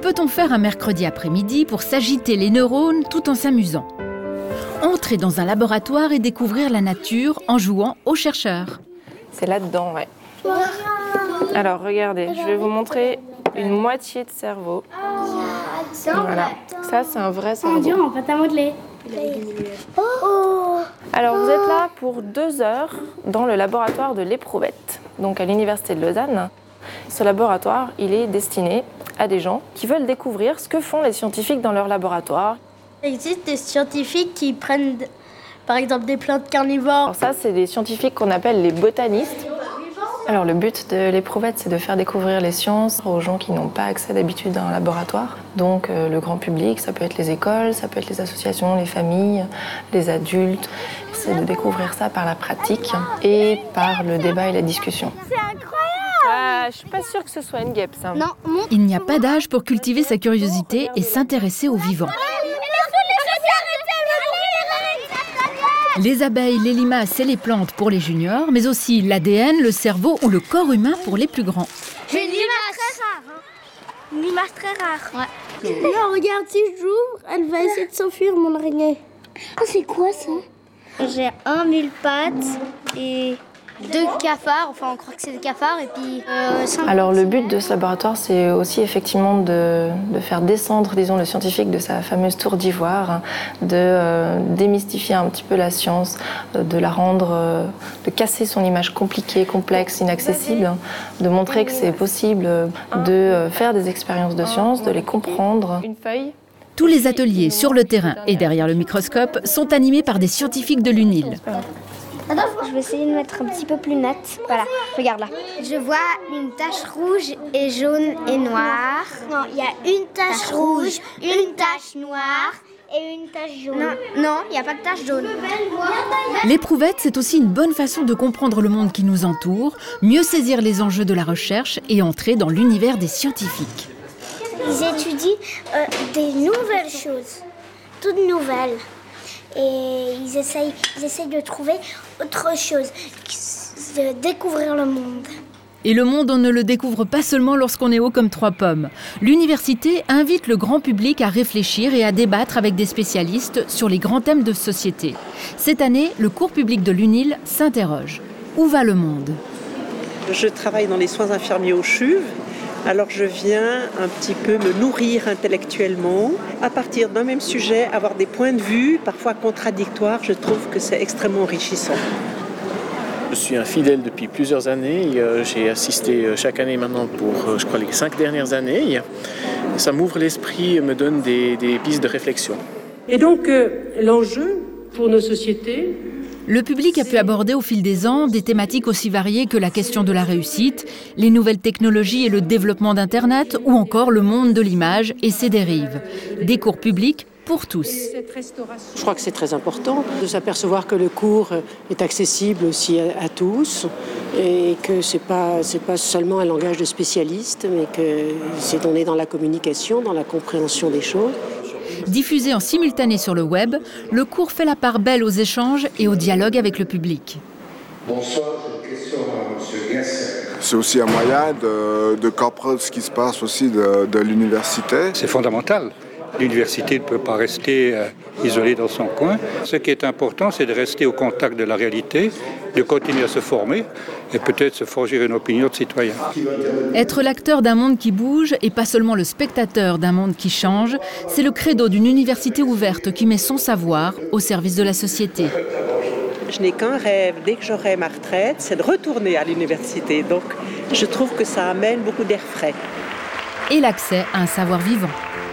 peut-on faire un mercredi après-midi pour s'agiter les neurones tout en s'amusant? Entrer dans un laboratoire et découvrir la nature en jouant aux chercheurs. C'est là-dedans, ouais. Alors, regardez, je vais vous montrer une moitié de cerveau. Voilà, ça c'est un vrai cerveau. On va à modeler. Alors, vous êtes là pour 2 heures dans le laboratoire de l'Éprouvette, donc à l'Université de Lausanne. Ce laboratoire, il est destiné à des gens qui veulent découvrir ce que font les scientifiques dans leur laboratoire. Il existe des scientifiques qui prennent, par exemple, des plantes carnivores. Alors ça, c'est des scientifiques qu'on appelle les botanistes. Alors le but de l'Éprouvette, c'est de faire découvrir les sciences aux gens qui n'ont pas accès d'habitude à un laboratoire. Donc le grand public, ça peut être les écoles, ça peut être les associations, les familles, les adultes. C'est de découvrir ça par la pratique et par le débat et la discussion. C'est incroyable! Je suis pas sûre que ce soit une guêpe, ça. Non. Il n'y a pas d'âge pour cultiver sa curiosité et s'intéresser aux vivants. Les abeilles, les limaces et les plantes pour les juniors, mais aussi l'ADN, le cerveau ou le corps humain pour les plus grands. J'ai une limace très rare. Une limace très rare. Ouais. Non, regarde, si j'ouvre, elle va essayer de s'enfuir, mon araignée. Ah, c'est quoi ça? J'ai un mille-pattes et 2 cafards. Enfin, on croit que c'est des cafards. Et puis 5. Alors le but de ce laboratoire, c'est aussi effectivement de faire descendre, disons, le scientifique de sa fameuse tour d'ivoire, de démystifier un petit peu la science, de la rendre, de casser son image compliquée, complexe, inaccessible, de montrer que c'est possible de faire des expériences de science, de les comprendre. Une feuille. Tous les ateliers sur le terrain et derrière le microscope sont animés par des scientifiques de l'UNIL. Je vais essayer de mettre un petit peu plus nette. Voilà, regarde là. Je vois une tache rouge et jaune et noire. Non, il y a une tache rouge, une tache noire et une tache jaune. Non, il n'y a pas de tache jaune. L'Éprouvette, c'est aussi une bonne façon de comprendre le monde qui nous entoure, mieux saisir les enjeux de la recherche et entrer dans l'univers des scientifiques. Ils étudient des nouvelles choses, toutes nouvelles. Et ils essayent de trouver autre chose, de découvrir le monde. Et le monde, on ne le découvre pas seulement lorsqu'on est haut comme 3 pommes. L'université invite le grand public à réfléchir et à débattre avec des spécialistes sur les grands thèmes de société. Cette année, le cours public de l'UNIL s'interroge. Où va le monde? Je travaille dans les soins infirmiers au CHUV. Alors je viens un petit peu me nourrir intellectuellement. À partir d'un même sujet, avoir des points de vue, parfois contradictoires, je trouve que c'est extrêmement enrichissant. Je suis un fidèle depuis plusieurs années. J'ai assisté chaque année maintenant pour, je crois, les 5 dernières années. Ça m'ouvre l'esprit et me donne des pistes de réflexion. Et donc, l'enjeu pour nos sociétés... Le public a pu aborder au fil des ans des thématiques aussi variées que la question de la réussite, les nouvelles technologies et le développement d'Internet, ou encore le monde de l'image et ses dérives. Des cours publics pour tous. Je crois que c'est très important de s'apercevoir que le cours est accessible aussi à tous et que c'est pas seulement un langage de spécialiste, mais on est dans la communication, dans la compréhension des choses. Diffusé en simultané sur le web, le cours fait la part belle aux échanges et au dialogue avec le public. Bonsoir, j'ai une question à M. Gasset. C'est aussi un moyen de comprendre ce qui se passe aussi de l'université. C'est fondamental. L'université ne peut pas rester isolée dans son coin. Ce qui est important, c'est de rester au contact de la réalité, de continuer à se former et peut-être se forger une opinion de citoyen. Être l'acteur d'un monde qui bouge et pas seulement le spectateur d'un monde qui change, c'est le credo d'une université ouverte qui met son savoir au service de la société. Je n'ai qu'un rêve, dès que j'aurai ma retraite, c'est de retourner à l'université. Donc je trouve que ça amène beaucoup d'air frais. Et l'accès à un savoir vivant.